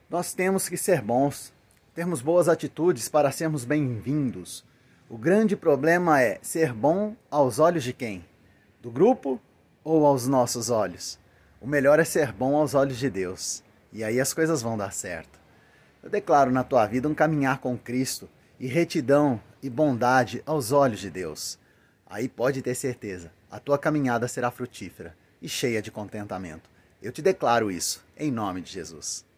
Nós temos que ser bons, termos boas atitudes para sermos bem-vindos. O grande problema é ser bom aos olhos de quem? Do grupo ou aos nossos olhos? O melhor é ser bom aos olhos de Deus. E aí as coisas vão dar certo. Eu declaro na tua vida um caminhar com Cristo e retidão e bondade aos olhos de Deus. Aí pode ter certeza, a tua caminhada será frutífera e cheia de contentamento. Eu te declaro isso, em nome de Jesus.